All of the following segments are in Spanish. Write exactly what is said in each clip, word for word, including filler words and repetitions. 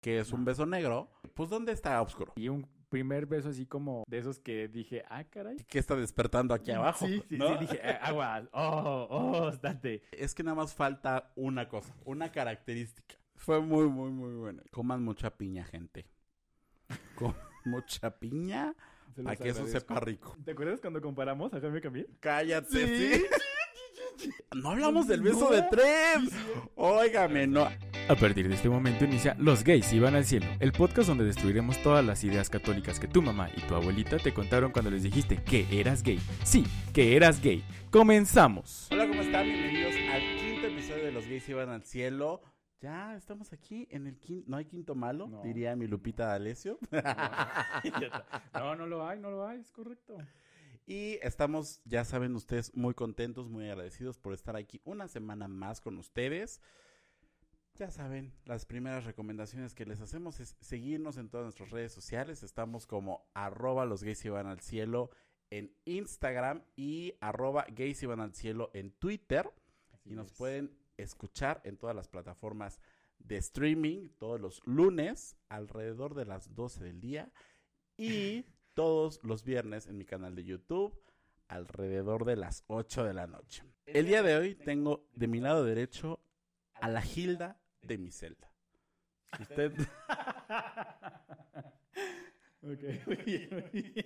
que es un beso negro, pues ¿dónde está oscuro? Y un primer beso así como de esos que dije, ah, caray. ¿Qué está despertando aquí abajo? Sí, sí, ¿no? sí, dije, eh, aguas, oh, oh, estate. Es que nada más falta una cosa, una característica. Fue muy, muy, muy bueno. Coman mucha piña, gente. Coman mucha piña para que eso sepa rico. ¿Te acuerdas cuando comparamos a Jaime Camil? Cállate, Sí. sí. No hablamos del beso de tres. Óigame, no. A partir de este momento inicia Los Gays Iban al Cielo, el podcast donde destruiremos todas las ideas católicas que tu mamá y tu abuelita te contaron cuando les dijiste que eras gay. Sí, que eras gay. ¡Comenzamos! Hola, ¿cómo están? Bienvenidos al quinto episodio de Los Gays Iban al Cielo. Ya estamos aquí en el quinto, no hay quinto malo, No. diría mi Lupita D'Alessio. No, no lo hay, no lo hay, es correcto. Y estamos, ya saben ustedes, muy contentos, muy agradecidos por estar aquí una semana más con ustedes. Ya saben, las primeras recomendaciones que les hacemos es seguirnos en todas nuestras redes sociales. Estamos como arroba los gays iban al cielo en Instagram y arroba gays iban al cielo en Twitter. Así Y nos es. pueden escuchar en todas las plataformas de streaming todos los lunes alrededor de las doce del día y todos los viernes en mi canal de YouTube alrededor de las ocho de la noche. El día de hoy tengo de mi lado derecho a la Gilda de mi celda. Si usted... Ok, muy bien, muy bien.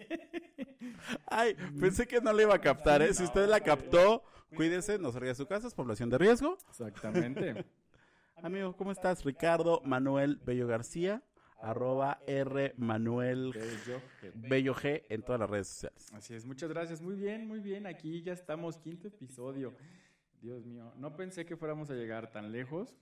Ay, pensé que no le iba a captar, ¿eh? Si usted la captó, cuídese, no salga de su casa, es población de riesgo. Exactamente. Amigo, ¿cómo estás? Ricardo Manuel Bello García, arroba R Manuel Bello. Bello G en todas las redes sociales. Así es, muchas gracias. Muy bien, muy bien. Aquí ya estamos, quinto episodio. Dios mío, no pensé que fuéramos a llegar tan lejos.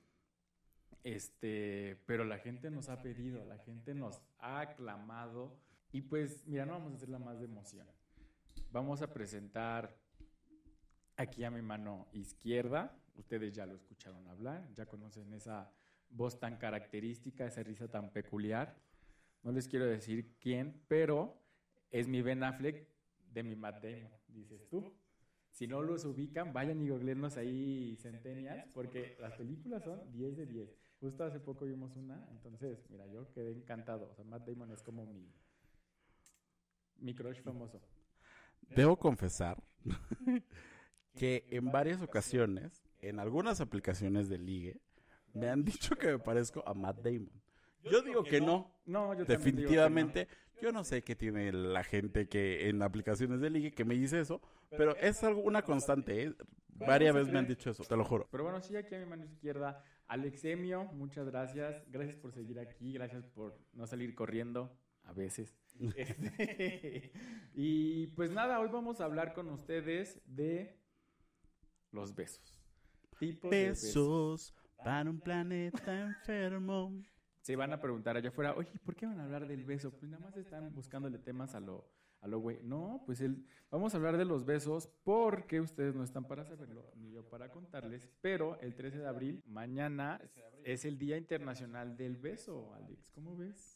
Este, pero la gente nos ha pedido, la gente nos ha aclamado. Y pues, mira, no vamos a hacerla más de emoción. Vamos a presentar aquí a mi mano izquierda. Ustedes ya lo escucharon hablar, ya conocen esa voz tan característica, esa risa tan peculiar. No les quiero decir quién, pero es mi Ben Affleck de mi Matt Damon, dices tú. Si no los ubican, vayan y googleenlos ahí Centennials, porque las películas son diez de diez. Justo hace poco vimos una, entonces, mira, yo quedé encantado. O sea, Matt Damon es como mi, mi crush famoso. Debo confesar que en varias ocasiones, en algunas aplicaciones de ligue, me han dicho que me parezco a Matt Damon. Yo digo que no. No, yo también digo que Definitivamente, yo no sé qué tiene la gente que en aplicaciones de ligue que me dice eso, pero es algo, una constante, ¿eh? Varias veces me han dicho eso, te lo juro. Pero bueno, sí, aquí a mi mano izquierda, Alexemio, muchas gracias. Gracias por seguir aquí, gracias por no salir corriendo a veces. Este, y pues nada, hoy vamos a hablar con ustedes de los besos. Tipos de besos. Besos para un planeta enfermo. Se van a preguntar allá afuera, oye, ¿por qué van a hablar del beso? Pues nada más están buscándole temas a lo, a lo güey. No, pues el, vamos a hablar de los besos porque ustedes no están para saberlo, ni yo para contarles. Pero el trece de abril, mañana, es el Día Internacional del Beso, Alex. ¿Cómo ves?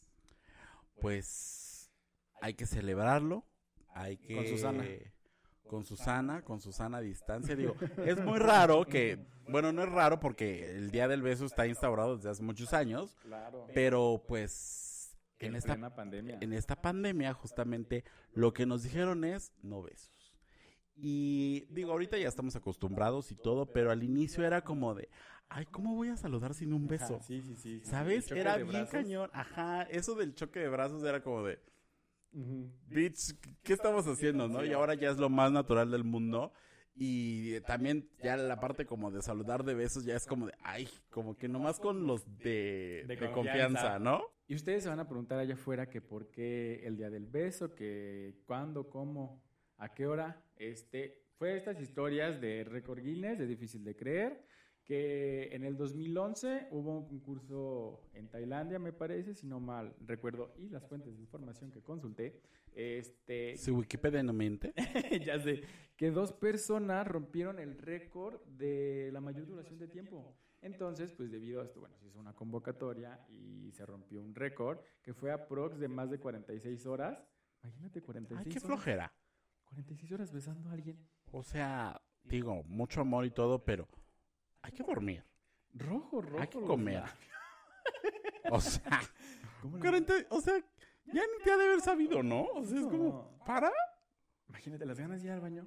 Pues hay que celebrarlo, hay que... Con Susana. Con Susana, con Susana a distancia. Digo, es muy raro que, bueno, no es raro porque el Día del Beso está instaurado desde hace muchos años, Claro. pero pues en En esta, plena pandemia. en esta pandemia justamente lo que nos dijeron es no besos. Y digo, ahorita ya estamos acostumbrados y todo, pero al inicio era como de, ay, ¿cómo voy a saludar sin un beso? Ajá, sí, sí, sí, sí. ¿Sabes? El choque Era de bien brazos. cañón. Ajá, eso del choque de brazos era como de, Ujú. bitch, ¿qué estamos haciendo, no? Y ahora ya es lo más natural del mundo. Y también ya la parte como de saludar de besos ya es como de, ay, como que nomás con los de, De de confianza. confianza, ¿no? Y ustedes se van a preguntar allá afuera que por qué el Día del Beso, que cuándo, cómo, a qué hora. Este, fue estas historias de récord Guinness, de difícil de creer, que en el dos mil once hubo un concurso en Tailandia, me parece, si no mal recuerdo, y las fuentes de información que consulté, este, Si Wikipedia no miente. ya sé, que dos personas rompieron el récord de la mayor duración de tiempo. Entonces, pues debido a esto, bueno, se hizo una convocatoria y se rompió un récord que fue aprox de más de cuarenta y seis horas. Imagínate, cuarenta y Ay, seis qué horas. flojera. cuarenta y seis horas besando a alguien. O sea, digo, mucho amor y todo, pero hay que dormir. Rojo, rojo. Hay que los comer. labios. O sea, ¿Cómo le- cuarenta, o sea, ya ni te ha de haber sabido, ¿no? O sea, es como, No. ¿para? Imagínate las ganas de ir al baño.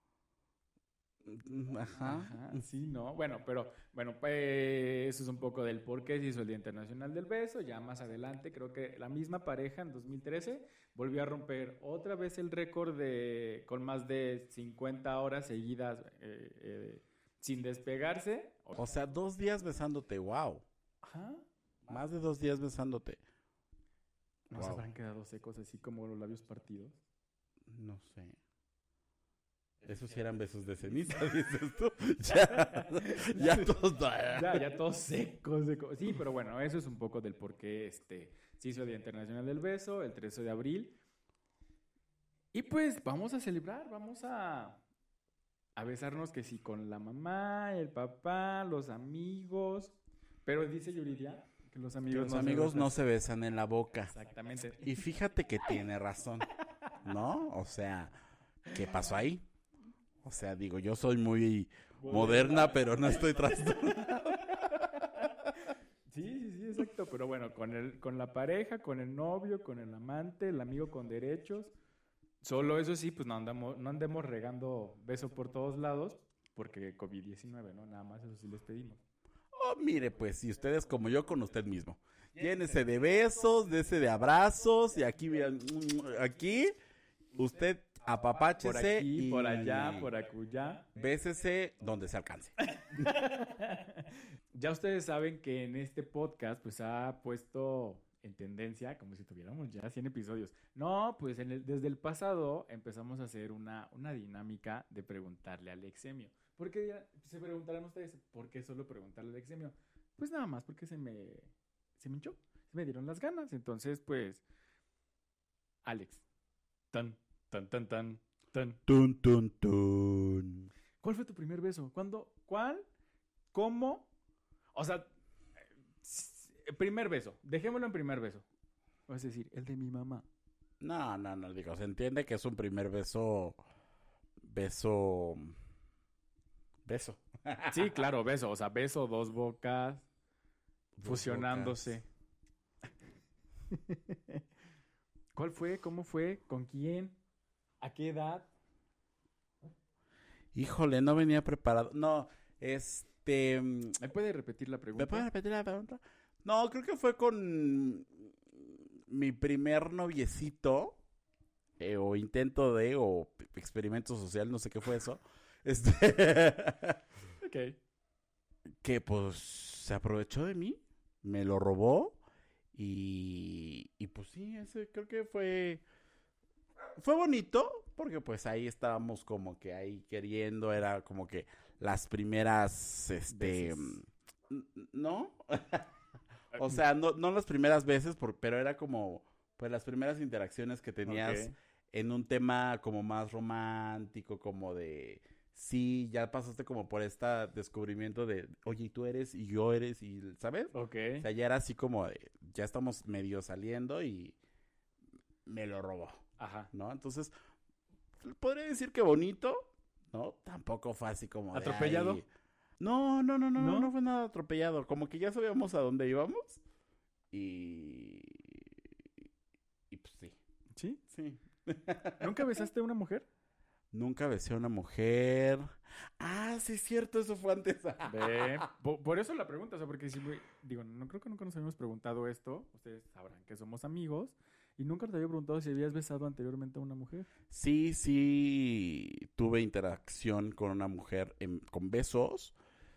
Mm, Ajá. Ajá, sí, no. Bueno, pero, bueno, pues eso es un poco del por qué se hizo el Día Internacional del Beso. Ya más adelante, creo que la misma pareja en dos mil trece volvió a romper otra vez el récord de con más de cincuenta horas seguidas eh, eh, sin despegarse. O sea, dos días besándote, wow. Ajá. Más de dos días besándote. ¿No se Wow. habrán quedado secos así como los labios partidos? No sé. Esos sí eran besos de ceniza, dices tú. Ya, ya todos. Ya, ya todos secos, secos. Sí, pero bueno, eso es un poco del por qué este, se hizo el Día Internacional del Beso, el trece de abril. Y pues vamos a celebrar, vamos a, a besarnos que sí con la mamá, el papá, los amigos. Pero dice Yuridia que los amigos, Los no se amigos besan. no se besan en la boca. Exactamente. Y fíjate que tiene razón, ¿no? O sea, ¿qué pasó ahí? O sea, digo, yo soy muy moderna, pero no estoy trastornada. Sí, sí, sí, exacto. Pero bueno, con el, con la pareja, con el novio, con el amante, el amigo con derechos. Solo eso sí, pues no andamos, no andemos regando beso por todos lados, porque COVID diecinueve, ¿no? Nada más eso sí les pedimos. Oh, mire, pues, si usted es como yo con usted mismo. Llénese de besos, dese de abrazos, y aquí, mira, aquí, usted Por apapáchese aquí, y por allá, por acullá. bésese donde se alcance. Ya ustedes saben que en este podcast pues ha puesto en tendencia, como si tuviéramos ya cien episodios. No, pues en el- desde el pasado empezamos a hacer una, una dinámica de preguntarle al exemio. ¿Por qué dirán- se preguntarán ustedes? ¿Por qué solo preguntarle al exemio? Pues nada más porque se me, se me hinchó, se me dieron las ganas. Entonces, pues, Alex, tan, tan, tan, tan, tan. Tun, tun, tun. ¿Cuál fue tu primer beso? ¿Cuándo? ¿Cuál? ¿Cómo? O sea, eh, primer beso. Dejémoslo en primer beso. Es decir, el de mi mamá. No, no, no, digo, se entiende que es un primer beso, beso, beso. Sí, claro, beso. O sea, beso, dos bocas, Dos fusionándose. ¿Cuál fue? ¿Cómo fue? ¿Con quién? ¿A qué edad? Híjole, no venía preparado. No, este... mm, ¿Me puede repetir la pregunta? ¿Me puedes repetir la pregunta? No, creo que fue con mi primer noviecito, eh, o intento de, o p- experimento social, no sé qué fue eso. Este, Ok. que pues se aprovechó de mí, me lo robó y, y pues sí, ese creo que fue, fue bonito porque pues ahí estábamos como que ahí queriendo, era como que las primeras, este, Veces. mm, n- ¿no? O sea, no, no las primeras veces, por- pero era como, pues las primeras interacciones que tenías Ok. en un tema como más romántico, como de, sí, ya pasaste como por este descubrimiento de, oye, y tú eres y yo eres y, ¿sabes? Ok. O sea, ya era así como de, ya estamos medio saliendo y me lo robó, Ajá. ¿no? Entonces, podría decir que bonito, ¿no? Tampoco fue así como de, ¿Atropellado? "Ay". No, no, no, no, no, ¿No? no fue nada atropellado. Como que ya sabíamos a dónde íbamos y... Y pues sí, ¿Sí? sí. ¿Nunca besaste a una mujer? Nunca besé a una mujer. Ah, sí es cierto, eso fue antes. Ve, po- por eso la pregunta, o sea, porque si, güey, digo, no creo que nunca nos habíamos preguntado esto, ustedes sabrán que somos amigos, y nunca te había preguntado si habías besado anteriormente a una mujer. Sí, sí, tuve interacción con una mujer en- con besos.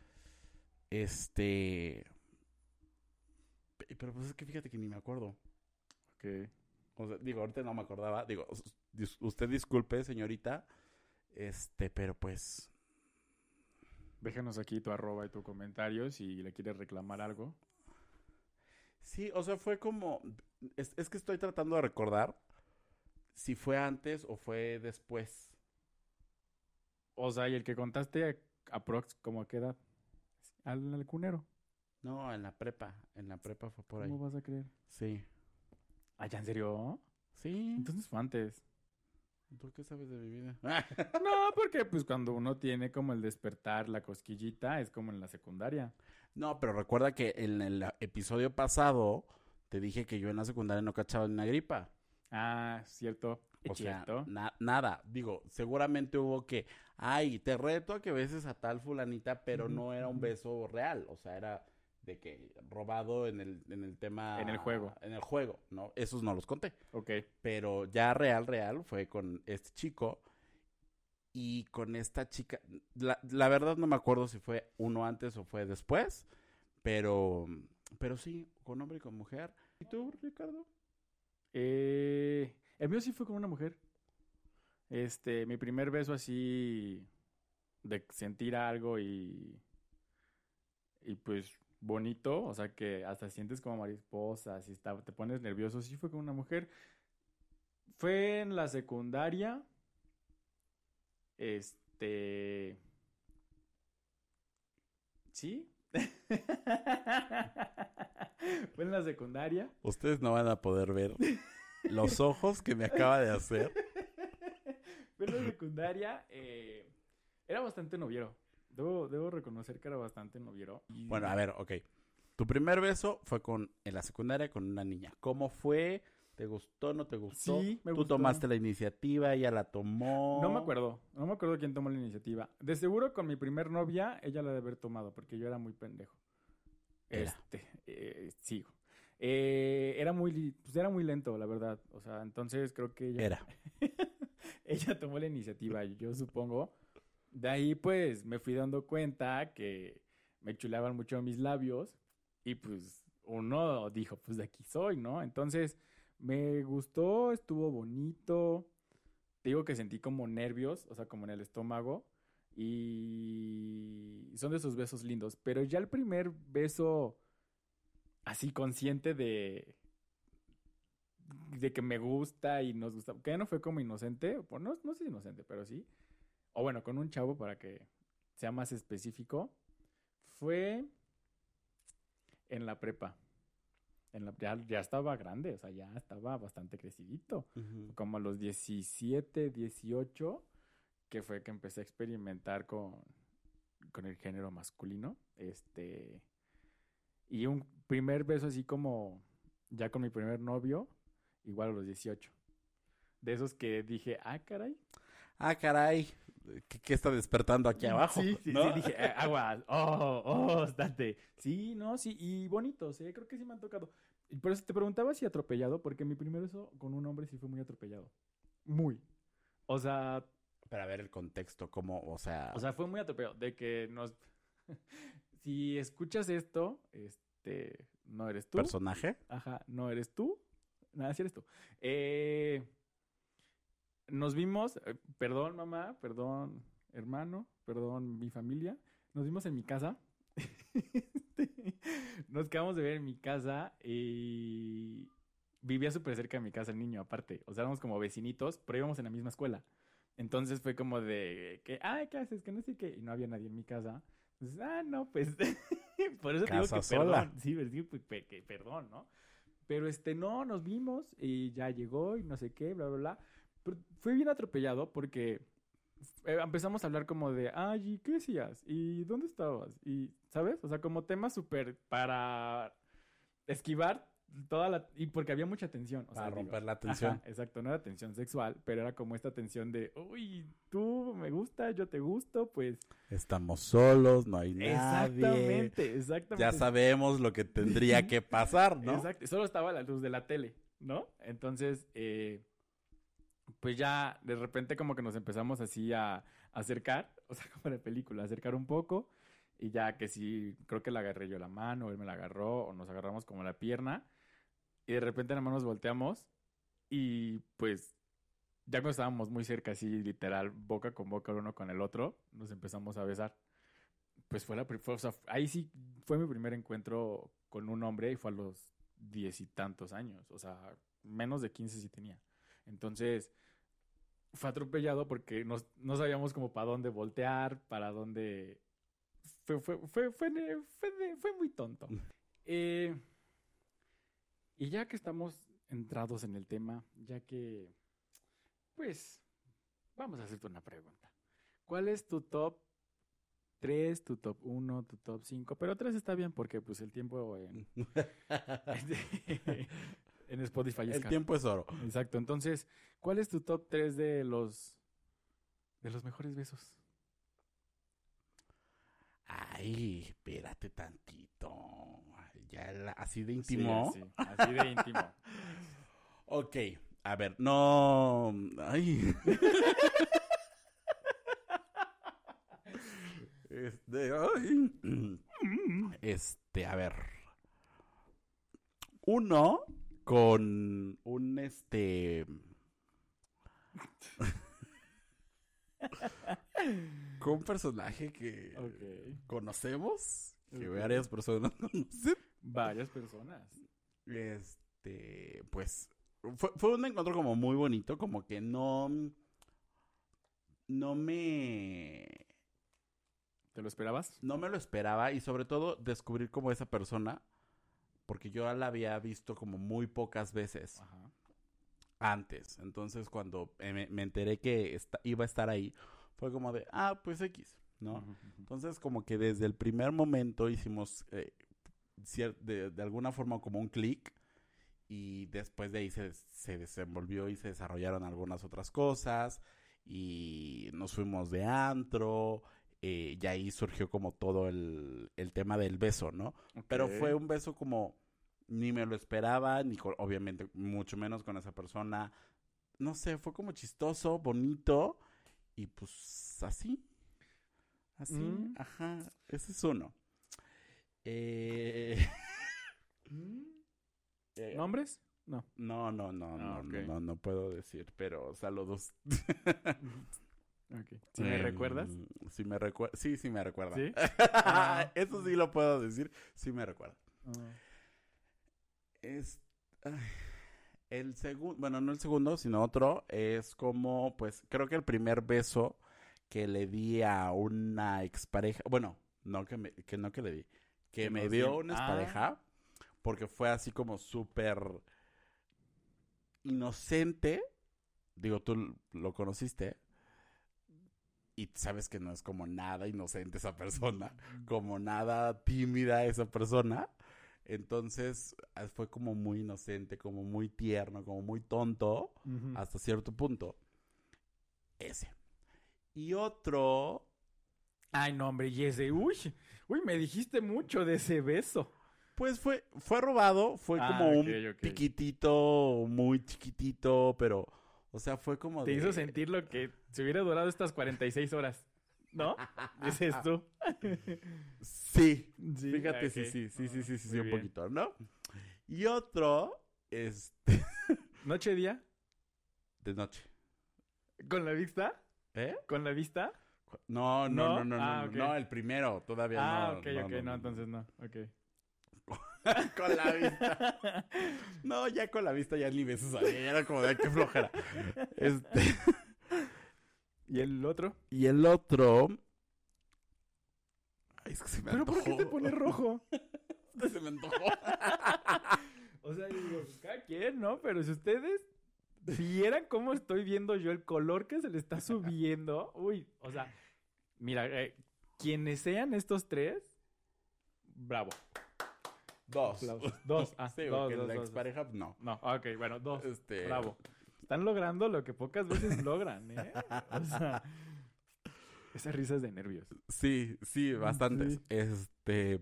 Este... pe- Pero pues es que fíjate que ni me acuerdo. Ok. O sea, digo, ahorita no me acordaba. Digo, us- dis- usted disculpe, señorita. Este, pero pues... Déjanos aquí tu arroba y tu comentario si le quieres reclamar algo. Sí, o sea, fue como... Es, es que estoy tratando de recordar si fue antes o fue después. O sea, y el que contaste, aprox, ¿como a qué edad? Al, al cunero. No, en la prepa. En la prepa fue por ahí. ¿Cómo vas a creer? Sí. ¿Ah, ya en serio? Sí. Entonces fue antes. ¿Tú qué sabes de mi vida? No, porque pues cuando uno tiene como el despertar, la cosquillita, es como en la secundaria. No, pero recuerda que en el episodio pasado te dije que yo en la secundaria no cachaba ni una gripa. Ah, cierto. O Es sea, cierto. na- nada. Digo, seguramente hubo que, ay, te reto a que beses a tal fulanita, pero Ujú, no era un ujú. beso real. O sea, era de que robado en el, en el tema. En el juego. En el juego, ¿no? Esos no los conté. Ok. Pero ya real, real fue con este chico y con esta chica. La, la verdad no me acuerdo si fue uno antes o fue después, pero, pero sí, con hombre y con mujer. ¿Y tú, Ricardo? Eh, el mío sí fue con una mujer. Este, mi primer beso así de sentir algo y, y pues bonito, o sea que hasta sientes como mariposas y está, te pones nervioso, sí fue con una mujer. Fue en la secundaria, este, ¿sí? Fue en la secundaria. Ustedes no van a poder ver los ojos que me acaba de hacer. Fue en la secundaria, eh, era bastante noviero. Debo, debo reconocer que era bastante noviero. Y- Bueno, a ver, ok. Tu primer beso fue con en la secundaria con una niña. ¿Cómo fue? ¿Te gustó? ¿No te gustó? Sí, me Tú gustó. tomaste la iniciativa, ella la tomó. No me acuerdo, no me acuerdo quién tomó la iniciativa. De seguro con mi primer novia, ella la de haber tomado, porque yo era muy pendejo. Era. Este, eh, sigo. Eh, era muy, li- pues era muy lento, la verdad. O sea, entonces creo que ella, Era. ella tomó la iniciativa, yo supongo. De ahí, pues, me fui dando cuenta que me chuleaban mucho mis labios y pues uno dijo, pues de aquí soy, ¿no? Entonces, me gustó, estuvo bonito. Te digo que sentí como nervios, o sea, como en el estómago. Y son de esos besos lindos. Pero ya el primer beso así consciente de, de que me gusta y nos gusta, que ya no fue como inocente, pues no, no sé si inocente, pero sí. O bueno, con un chavo para que sea más específico. Fue en la prepa. En la, ya, ya estaba grande, o sea, ya estaba bastante crecidito. Ujú. Como a los diecisiete, dieciocho, que fue que empecé a experimentar con, con el género masculino. Este. Y un primer beso así como ya con mi primer novio, igual a los dieciocho. De esos que dije, ah, caray. Ah, caray. ¿Qué, qué está despertando aquí abajo? Sí, sí, ¿no? sí, dije, "Ah, aguas, oh, oh, estate. Sí, no, sí, y bonitos, ¿eh? Creo que sí me han tocado. Y por eso te preguntaba si atropellado, porque mi primer beso con un hombre sí fue muy atropellado. Muy. O sea, Para ver el contexto, cómo, o sea, o sea, fue muy atropellado. De que nos. Si escuchas esto, este. No eres tú. personaje. Ajá, no eres tú. Nada, sí eres tú. Eh, nos vimos, eh, perdón mamá, perdón hermano, perdón mi familia. Nos vimos en mi casa. Este, nos quedamos de ver en mi casa y vivía súper cerca de mi casa el niño, aparte. O sea, éramos como vecinitos, pero íbamos en la misma escuela. Entonces fue como de que, ay, ¿qué haces? Que no sé qué. Y no había nadie en mi casa. Entonces, ah, no, pues. Por eso te digo Casa que sola. perdón. Sí, pues, sí, pues, pe- que perdón, ¿no? Pero este, no, nos vimos y ya llegó y no sé qué, bla, bla, bla. Pero fue bien atropellado porque eh, empezamos a hablar como de, ay, ¿y qué decías? ¿Y dónde estabas? Y, ¿sabes? O sea, como temas súper para esquivar toda la... Y porque había mucha tensión. O Para sea, romper digo, la tensión. ajá, exacto, no era tensión sexual, pero era como esta tensión de, uy, tú me gustas, yo te gusto, pues... Estamos solos, no hay nadie. Exactamente, exactamente. Ya sabemos lo que tendría que pasar, ¿no? Exacto, solo estaba la luz de la tele, ¿no? Entonces, eh, pues ya de repente como que nos empezamos así a, a acercar, o sea, como de película, a acercar un poco, y ya que sí, creo que le agarré yo la mano, él me la agarró, o nos agarramos como la pierna, y de repente nada más nos volteamos, y pues ya cuando estábamos muy cerca, así literal, boca con boca el uno con el otro, nos empezamos a besar. Pues fue la, pri- fue, o sea, ahí sí fue mi primer encuentro con un hombre y fue a los diez y tantos años, o sea, menos de quince sí tenía. Entonces, fue atropellado porque no, no sabíamos como para dónde voltear, para dónde... Fue, fue, fue, fue, de- fue, de- fue muy tonto. Eh, y ya que estamos entrados en el tema, ya que, pues, vamos a hacerte una pregunta. ¿Cuál es tu top tres, tu top uno, tu top cinco, pero tres está bien porque pues el tiempo en, en Spotify es El caro. tiempo es oro. Exacto, entonces, ¿cuál es tu top tres de los de los mejores besos? Ay, espérate tantito. Ya la- así de íntimo. Sí, así, así de íntimo. Ok, a ver, no. Ay. Este, ay. Este, a ver. Uno con un este. Con un personaje que Ok. conocemos, que Ok. varias personas conocen. Varias personas. Este, pues, fue, fue un encuentro como muy bonito, como que no, no me, ¿Te lo esperabas? no me lo esperaba y sobre todo descubrir como esa persona, porque yo la había visto como muy pocas veces Ajá. antes. Entonces, cuando eh, me, me enteré que esta- iba a estar ahí, fue como de, ah, pues X, ¿no? Ujú, ujú. Entonces, como que desde el primer momento hicimos eh, cier- de, de alguna forma como un clic y después de ahí se, se desenvolvió y se desarrollaron algunas otras cosas y nos fuimos de antro, eh, y ahí surgió como todo el, el tema del beso, ¿no? Pero fue Ok. un beso como ni me lo esperaba, ni con- obviamente mucho menos con esa persona. No sé, fue como chistoso, bonito y pues así, así, Mm. ajá, ese es uno. Eh, Mm. eh, ¿Nombres? No. no, no, no, Ah, no, ok. no, no, no puedo decir, pero saludos. Ok. ¿Si me Em, recuerdas? Sí me recuerda, sí, sí me recuerda. ¿Sí? Ah. Eso sí lo puedo decir, sí me recuerda. Ah. Es, ay, el segundo, bueno, no el segundo, sino otro, es como, pues, creo que el primer beso que le di a una expareja, bueno, no que me, que no que le di, que Que me nos dio dio- una Ah. expareja, porque fue así como súper inocente, digo, tú l- lo conociste, y sabes que no es como nada inocente esa persona, como nada tímida esa persona. Entonces ah, fue como muy inocente, como muy tierno, como muy tonto, Ujú. hasta cierto punto. Ese. Y otro, Ay, no, hombre, y ese, uy, uy, me dijiste mucho de ese beso. pues fue, fue robado, fue Ah, como ok, un ok. piquitito, muy chiquitito, pero, o sea, fue como Te de... hizo sentir lo que se hubiera durado estas cuarenta y seis horas, ¿no? Dices tú. Sí, Sí, fíjate, ok. sí, sí, sí, sí, sí, sí, sí, Muy un bien. poquito, ¿no? Y otro, este, ¿Noche día? de noche. ¿Con la vista? ¿Eh? ¿Con la vista? No, no, ¿No? no, no, Ah, no, ok. no, el primero, todavía Ah, no. ok, no, ok, no, no, no, entonces no, ok. Con la vista. No, ya con la vista ya ni besos había, ya era como de "Ay, qué flojera". Este, ¿Y el otro? y el otro, ay, es que se me ¿Pero por qué antojó. te pones rojo? Es que se me antojó. O sea, digo, cada quien, ¿no? Pero si ustedes vieran cómo estoy viendo yo el color que se le está subiendo, uy, o sea, mira, eh, quienes sean estos tres, bravo. Dos. Aplausos. Dos, ah, Sí, dos, porque dos, la dos, expareja, no. No, ok, bueno, dos. Este, Bravo. Están logrando lo que pocas veces logran, ¿eh? O sea, esa risa es de nervios. Sí, sí, bastantes. Sí. Este,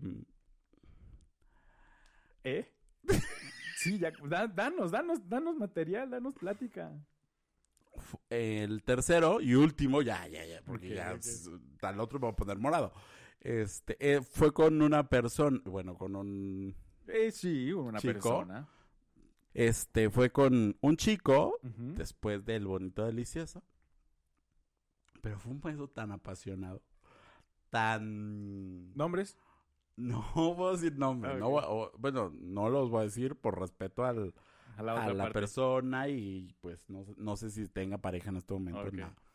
¿Eh? Sí, ya, da- danos, danos, danos material, danos plática. fu- el tercero y último, ya, ya, ya, porque Ok, ya ok. s- al otro me voy a poner morado. Este, eh, fue con una persona, bueno, con un, Eh, sí, una Chico. persona. este, fue con un chico Ujú. después del bonito delicioso. Pero fue un beso tan apasionado, tan... ¿Nombres? No puedo decir nombres, Ah, no ok. voy- o- bueno, no los voy a decir por respeto al, A la a otra la parte. persona y pues no, sé- no sé si tenga pareja en este momento. Ok. No.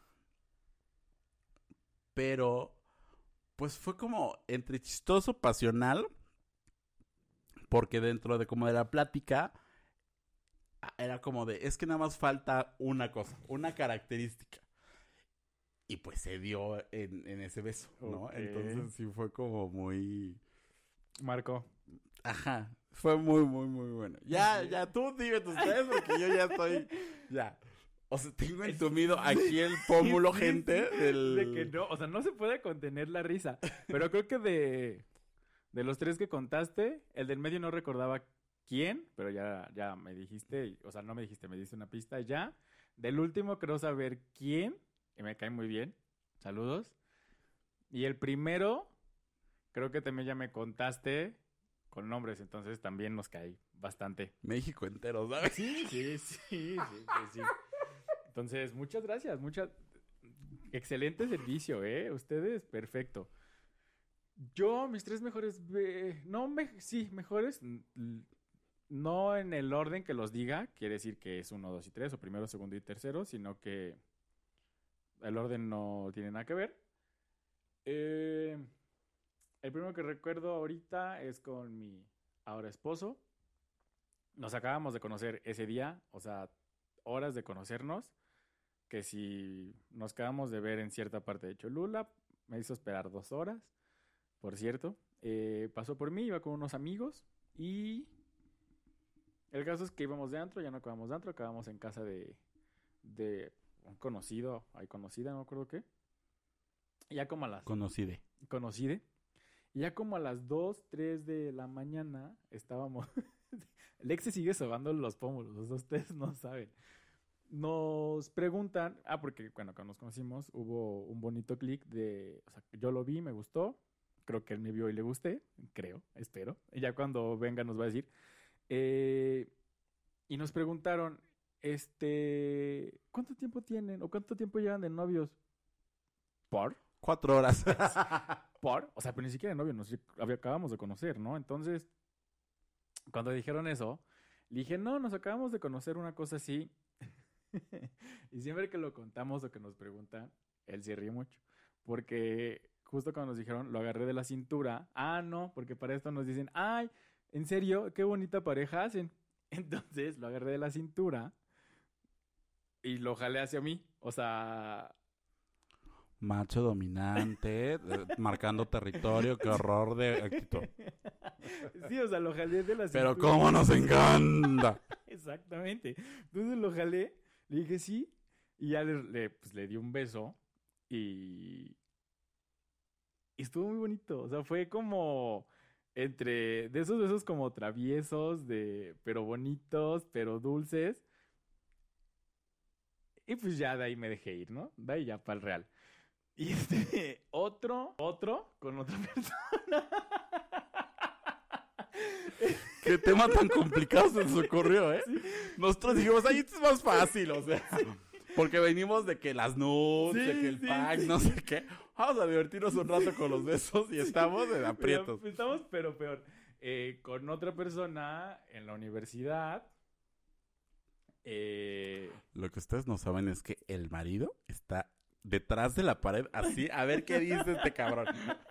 Pero pues fue como entre chistoso, pasional, porque dentro de como de la plática a- era como de, es que nada más falta una cosa, una característica. y pues se dio en, en ese beso, ¿no? Ok. Entonces sí fue como muy... Marco. Ajá, fue muy, muy, muy bueno. Ya, ya, tú dime tus tres porque yo ya estoy, ya. O sea, tengo entumido aquí el pómulo, Sí, gente, sí, del... de que no, o sea, no se puede contener la risa. Pero creo que de, de los tres que contaste, el del medio no recordaba quién, pero ya, ya me dijiste, y- o sea, no me dijiste, me diste una pista ya. Del último creo saber quién, y me cae muy bien. Saludos. Y el primero, creo que también ya me contaste con nombres, entonces también nos cae bastante. México entero, ¿sabes? Sí, sí, sí, sí, sí, sí. Entonces, muchas gracias, muchas... Excelente servicio, ¿eh? Ustedes, perfecto. Yo, mis tres mejores... be- No, me... sí, mejores... n- l- No en el orden que los diga, quiere decir que es uno, dos y tres, o primero, segundo y tercero, sino que el orden no tiene nada que ver. Eh, el primero que recuerdo ahorita es con mi ahora esposo. Nos acabamos de conocer ese día, o sea, horas de conocernos, que si nos quedamos de ver en cierta parte de Cholula, me hizo esperar dos horas, por cierto. Eh, pasó por mí, iba con unos amigos y el caso es que íbamos de antro, ya no acabamos de antro, acabamos en casa de, de un conocido, hay conocida, no me acuerdo qué. Y ya como a las... Conocide. Conocide. Y ya como a las dos, tres de la mañana estábamos... Lex se sigue sobando los pómulos, los dos ustedes no saben. Nos preguntan, ah, porque bueno, cuando nos conocimos hubo un bonito clic de, o sea, yo lo vi, me gustó, creo que él me vio y le gusté, creo, espero. Y ya cuando venga nos va a decir. Eh, y nos preguntaron, este, ¿cuánto tiempo tienen o cuánto tiempo llevan de novios? ¿Por? Cuatro horas. ¿Por? O sea, pero ni siquiera de novios, nos había- acabamos de conocer, ¿no? Entonces, cuando dijeron eso, le dije, no, nos acabamos de conocer una cosa así. Y siempre que lo contamos o que nos preguntan, él se ríe mucho. Porque justo cuando nos dijeron, lo agarré de la cintura. Ah, no, porque para esto nos dicen, ay, en serio, qué bonita pareja hacen. Entonces lo agarré de la cintura y lo jalé hacia mí. O sea, Macho dominante, eh, marcando territorio, qué horror de actitud. sí, o sea, lo jalé de la cintura. Pero cómo nos encanta. Exactamente. Entonces lo jalé, le dije sí, y ya le, le, pues, le di un beso y... y estuvo muy bonito. O sea, fue como entre de esos besos como traviesos, de pero bonitos, pero dulces. Y pues ya de ahí me dejé ir, ¿no? De ahí ya para el real. Y este, otro, otro con otra persona. Qué tema tan complicado se nos ocurrió, ¿eh? Sí. Nosotros dijimos, ahí es más fácil, o sea. Porque venimos de que las nudes, Sí, de que el sí, pack, sí. no sé qué. Vamos a divertirnos un rato con los besos y estamos en aprietos. Pero estamos, pero peor. Eh, con otra persona en la universidad. Eh, Lo que ustedes no saben es que el marido está detrás de la pared, así, a ver qué dice este cabrón.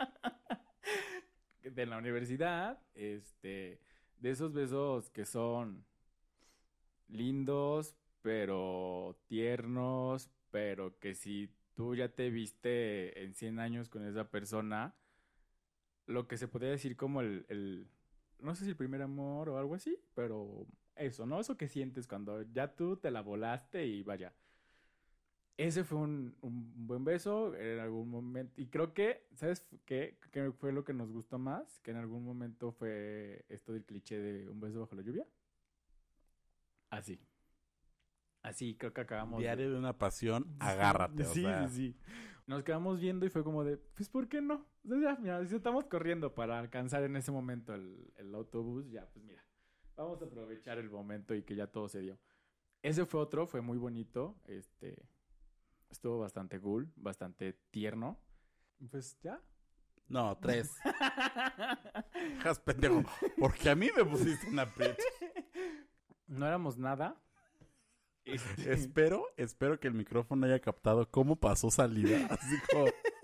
de la universidad, este, de esos besos que son lindos, pero tiernos, pero que si tú ya te viste en cien años con esa persona, lo que se podría decir como el, el, no sé si el primer amor o algo así, pero eso, ¿no? Eso que sientes cuando ya tú te la volaste y vaya. Ese fue un, un buen beso en algún momento. Y creo que, ¿sabes qué? ¿Qué fue lo que nos gustó más? Que en algún momento fue esto del cliché de un beso bajo la lluvia. Así. Así creo que acabamos Diario de... de una pasión, agárrate, o sí, sea. sí, sí. Nos quedamos viendo y fue como de, pues, ¿por qué no? O sea, ya, mira, si estamos corriendo para alcanzar en ese momento el, el autobús, ya, pues mira, vamos a aprovechar el momento y que ya todo se dio. Ese fue otro, fue muy bonito, este, estuvo bastante cool, bastante tierno. Pues ya. No, tres. Jas pendejo. Porque a mí me pusiste en aprieto. No éramos nada. Este, Espero, espero que el micrófono haya captado cómo pasó salida. Así como.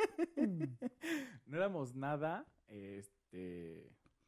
no éramos nada, este,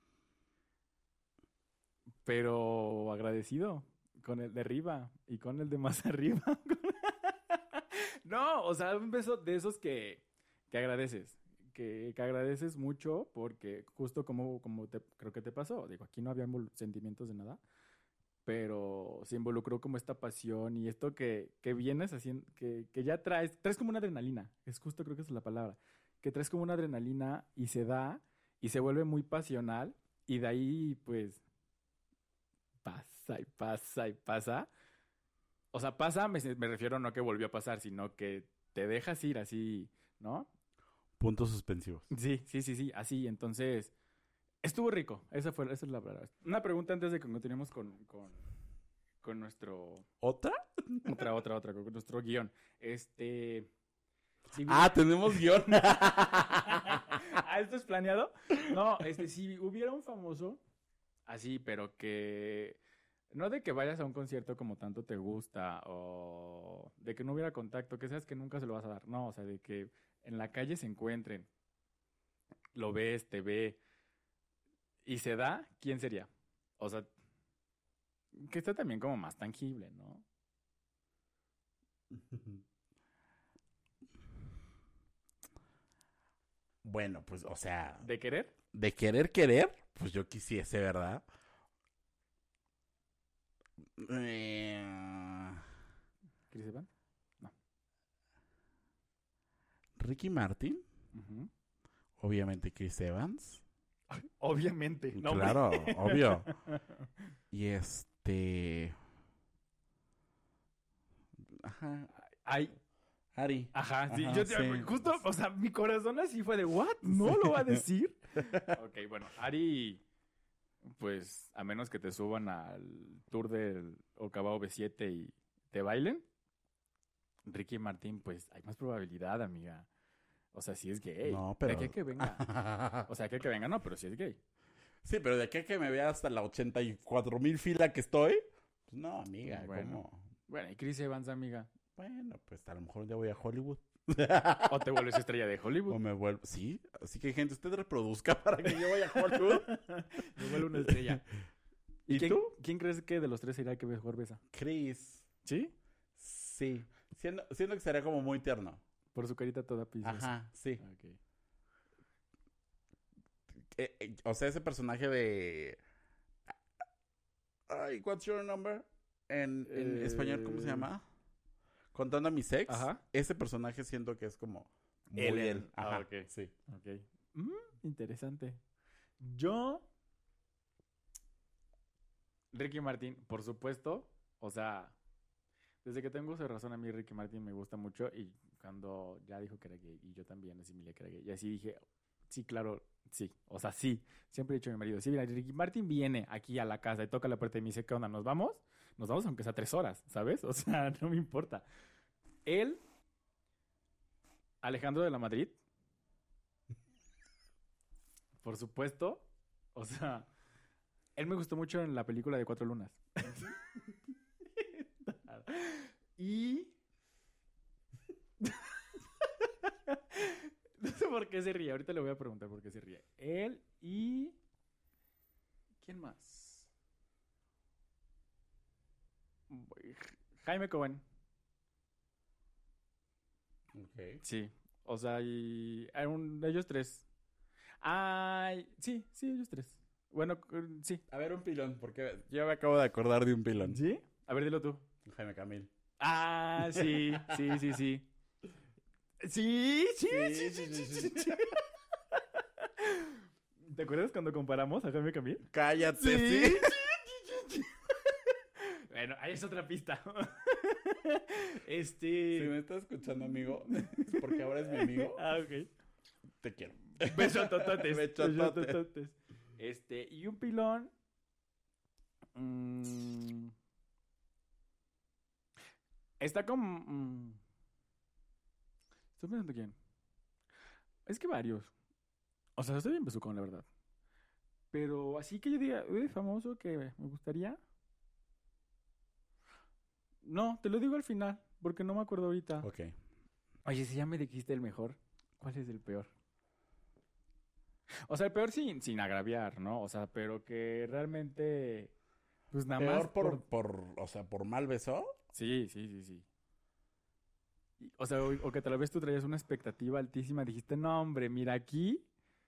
pero agradecido con el de arriba y con el de más arriba. No, o sea, un beso de esos que, que agradeces. Que, que agradeces mucho porque justo como, como te, creo que te pasó. Digo, aquí no había invol- sentimientos de nada. Pero se involucró como esta pasión y esto que, que vienes haciendo, que, que ya traes, traes como una adrenalina, es justo creo que esa es la palabra, que traes como una adrenalina y se da y se vuelve muy pasional y de ahí pues pasa y pasa y pasa. O sea, pasa, me, me refiero no que volvió a pasar, sino que te dejas ir así, ¿no? Puntos suspensivos. Sí, sí, sí, sí, así, entonces... Estuvo rico, esa fue, esa es la palabra. Una pregunta antes de que continuemos con, con, con nuestro... ¿Otra? Otra, otra, otra, con nuestro guión. Este... Si vi- Ah, tenemos guión. ¿Ah, esto es planeado? No, este, si hubiera un famoso así, pero que... No de que vayas a un concierto como tanto te gusta o de que no hubiera contacto, que sabes que nunca se lo vas a dar. No, o sea, de que en la calle se encuentren, lo ves, te ve y se da, ¿quién sería? O sea, que está también como más tangible, ¿no? Bueno, pues, o sea, ¿De querer? de querer querer, pues yo quisiese, ¿verdad? Eh, ¿Chris Evans? Ricky Martin, Ujú. obviamente Chris Evans. Obviamente. No, hombre. Claro, obvio. Y este... Ajá, Ay, Ari. ajá, sí, Ajá, yo sí. justo, o sea, mi corazón así fue de, ¿what? ¿No lo va a decir? Ok, bueno, Ari, pues, a menos que te suban al tour del Ocabao B siete y te bailen, Ricky Martin, pues, hay más probabilidad, amiga. O sea, sí es gay. No, pero... De aquí a que venga. O sea, que que venga, no, pero sí es gay. Sí, pero de aquí a que me vea hasta la ochenta y cuatro mil fila que estoy, pues no, amiga, Bueno. ¿cómo? Bueno, y Chris Evans, amiga. Bueno, pues a lo mejor ya voy a Hollywood. O te vuelves estrella de O Hollywood. me vuelvo... Sí, así que gente, usted reproduzca para que yo vaya a Hollywood. Me vuelvo una estrella. ¿Y quién, tú? ¿Quién crees que de los tres sería el que mejor besa? Chris. ¿Sí? Sí. Siendo, siendo que sería como muy tierno. Por su carita toda pizza. Ajá, sí. Ok. Eh, eh, o sea, ese personaje de... Ay, what's your number? En, en Eh, español, ¿cómo se llama? Contando a mis ex. Ajá. Ese personaje siento que es como... Muy Él, él. él. Ajá, Ah, ok. sí. Ok. Mm, interesante. Yo... Ricky Martin, por supuesto. O sea, desde que tengo esa razón a mí Ricky Martin me gusta mucho. Y cuando ya dijo que era gay, y yo también asimilé que era gay. Y así dije, sí, claro, sí. O sea, sí. Siempre he dicho a mi marido, sí, mira, Ricky Martin viene aquí a la casa y toca la puerta y me dice, ¿qué onda? ¿Nos vamos? Nos vamos aunque sea tres horas, ¿sabes? O sea, no me importa. Él, Alejandro de la Madrid, por supuesto. O sea, él me gustó mucho en la película de Cuatro Lunas. Y... no sé por qué se ríe. Ahorita le voy a preguntar por qué se ríe. Él y... ¿Quién más? Jaime Cohen. Ok. Sí. O sea, y... hay un- ellos tres. Ay, sí, sí, ellos tres. Bueno, c- sí. A ver, un pilón, porque yo me acabo de acordar de un pilón. ¿Sí? A ver, dilo tú. Jaime Camil. Ah, sí, sí, sí, sí. Sí, sí, sí, sí, sí, sí, sí. ¿Te acuerdas cuando comparamos a Jaime Camil? Cállate, sí. Bueno, ahí es otra pista. Este... Si me estás escuchando, amigo, es porque ahora es mi amigo. Ah, ok. Te quiero. Besotototes. Besototes. Besotototes. Este, y un pilón. mm, está como. mm, estoy pensando quién. Es que varios. O sea, estoy bien besucón, la verdad. Pero así que yo diga, uy, famoso que me gustaría. No, te lo digo al final, porque no me acuerdo ahorita. Ok. Oye, si ya me dijiste el mejor, ¿cuál es el peor? O sea, el peor sin, sin agraviar, ¿no? O sea, pero que realmente, pues nada Peor más por, por, o sea, por mal beso. Sí, sí, sí, sí. Y, o sea, o, o que tal vez tú traías una expectativa altísima, dijiste, no, hombre, mira aquí.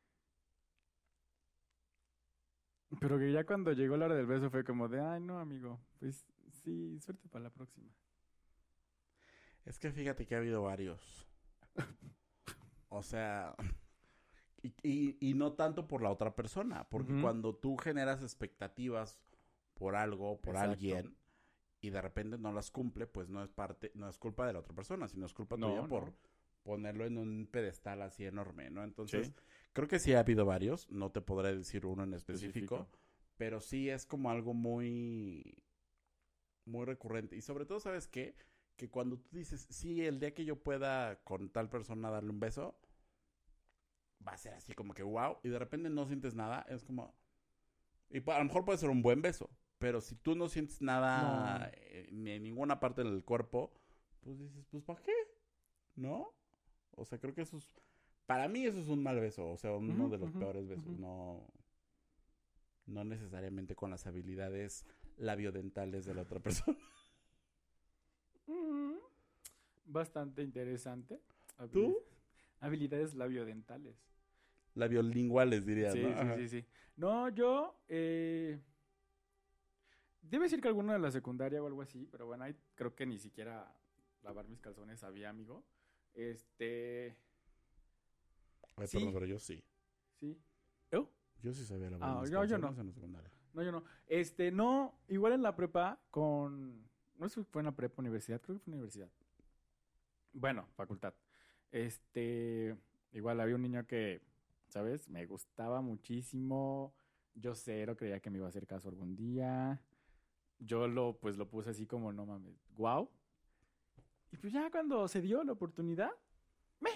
Pero que ya cuando llegó la hora del beso fue como de, ay, no, amigo, pues sí, suerte para la próxima. Es que fíjate que ha habido varios. O sea, y, y, y no tanto por la otra persona, porque Ujú. cuando tú generas expectativas por algo, por Exacto. alguien, y de repente no las cumple, pues no es parte, no es culpa de la otra persona, sino es culpa No, tuya no. por ponerlo en un pedestal así enorme, ¿no? Entonces, Sí. creo que sí ha habido varios, no te podré decir uno en específico, Específico. pero sí es como algo muy, muy recurrente. Y sobre todo, ¿sabes qué? Que cuando tú dices, sí, el día que yo pueda con tal persona darle un beso, va a ser así como que wow, y de repente no sientes nada, es como... Y pa- a lo mejor puede ser un buen beso, pero si tú no sientes nada No. eh, ni en ninguna parte del cuerpo, pues dices, pues ¿para qué? ¿No? O sea, creo que eso es... Para mí eso es un mal beso, o sea, uno Ujú, de los ujú, peores besos, ujú. no... No necesariamente con las habilidades labiodentales de la otra persona. Mm, Bastante interesante. Habili- ¿Tú? Habilidades labiodentales. Labiolinguales dirías, ¿no? Sí, sí, Ajá. sí, sí. No, yo... Eh... Debe decir que alguno de la secundaria o algo así, pero bueno, ahí creo que ni siquiera lavar mis calzones había, amigo. Este... Ay, perdón, Sí, pero yo sí. sí. ¿Yo? Yo sí sabía lavar Ah, mis yo, yo no. calzones en la secundaria. No, yo no. Este, no, igual en la prepa con... No sé si fue en la prepa universidad, creo que fue universidad. Bueno, facultad. Este, igual había un niño que, ¿sabes? Me gustaba muchísimo. Yo cero creía que me iba a hacer caso algún día. Yo lo, pues lo puse así como, no mames, wow. Y pues ya cuando se dio la oportunidad, me.